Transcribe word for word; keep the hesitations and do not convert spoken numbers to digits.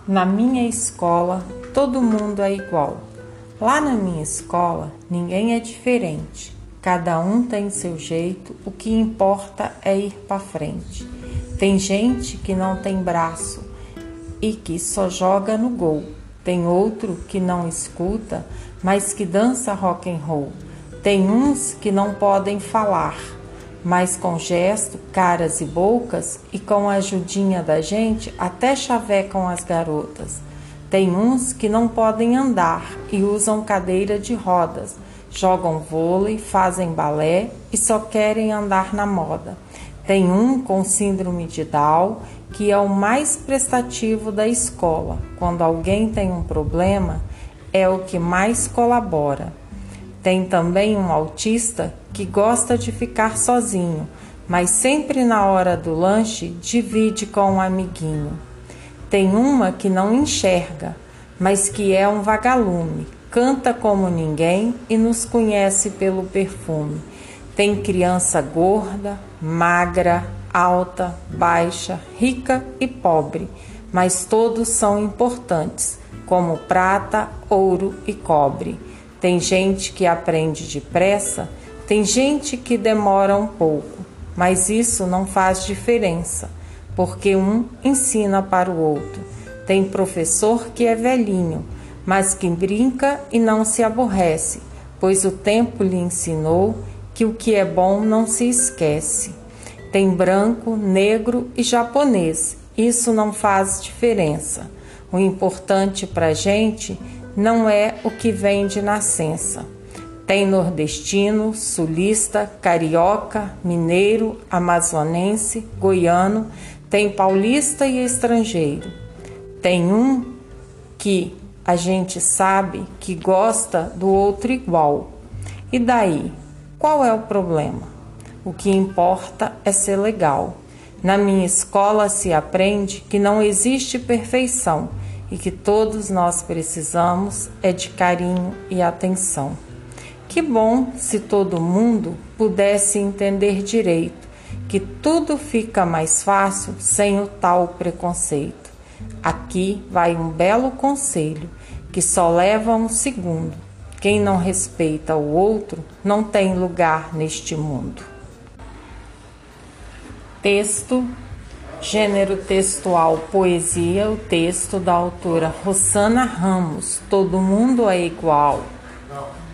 Na minha escola, todo mundo é igual. Lá na minha escola, ninguém é diferente. Cada um tem seu jeito, o que importa é ir para frente. Tem gente que não tem braço e que só joga no gol. Tem outro que não escuta, mas que dança rock and roll. Tem uns que não podem falar, mas com gesto, caras e bocas, e com a ajudinha da gente, até chavecam as garotas. Tem uns que não podem andar e usam cadeira de rodas, jogam vôlei, fazem balé e só querem andar na moda. Tem um com síndrome de Down, que é o mais prestativo da escola. Quando alguém tem um problema, é o que mais colabora. Tem também um autista que gosta de ficar sozinho, mas sempre na hora do lanche divide com um amiguinho. Tem uma que não enxerga, mas que é um vagalume, canta como ninguém e nos conhece pelo perfume. Tem criança gorda, magra, alta, baixa, rica e pobre, mas todos são importantes, como prata, ouro e cobre. Tem gente que aprende depressa, tem gente que demora um pouco, mas isso não faz diferença, porque um ensina para o outro. Tem professor que é velhinho, mas que brinca e não se aborrece, pois o tempo lhe ensinou que o que é bom não se esquece. Tem branco, negro e japonês, isso não faz diferença. O importante para a gente não é o que vem de nascença. Tem nordestino, sulista, carioca, mineiro, amazonense, goiano, tem paulista e estrangeiro. Tem um que a gente sabe que gosta do outro igual. E daí? Qual é o problema? O que importa é ser legal. Na minha escola se aprende que não existe perfeição e que todos nós precisamos é de carinho e atenção. Que bom se todo mundo pudesse entender direito, que tudo fica mais fácil sem o tal preconceito. Aqui vai um belo conselho, que só leva um segundo. Quem não respeita o outro não tem lugar neste mundo. Texto, gênero textual, poesia, o texto da autora Rosana Ramos. Todo mundo é igual.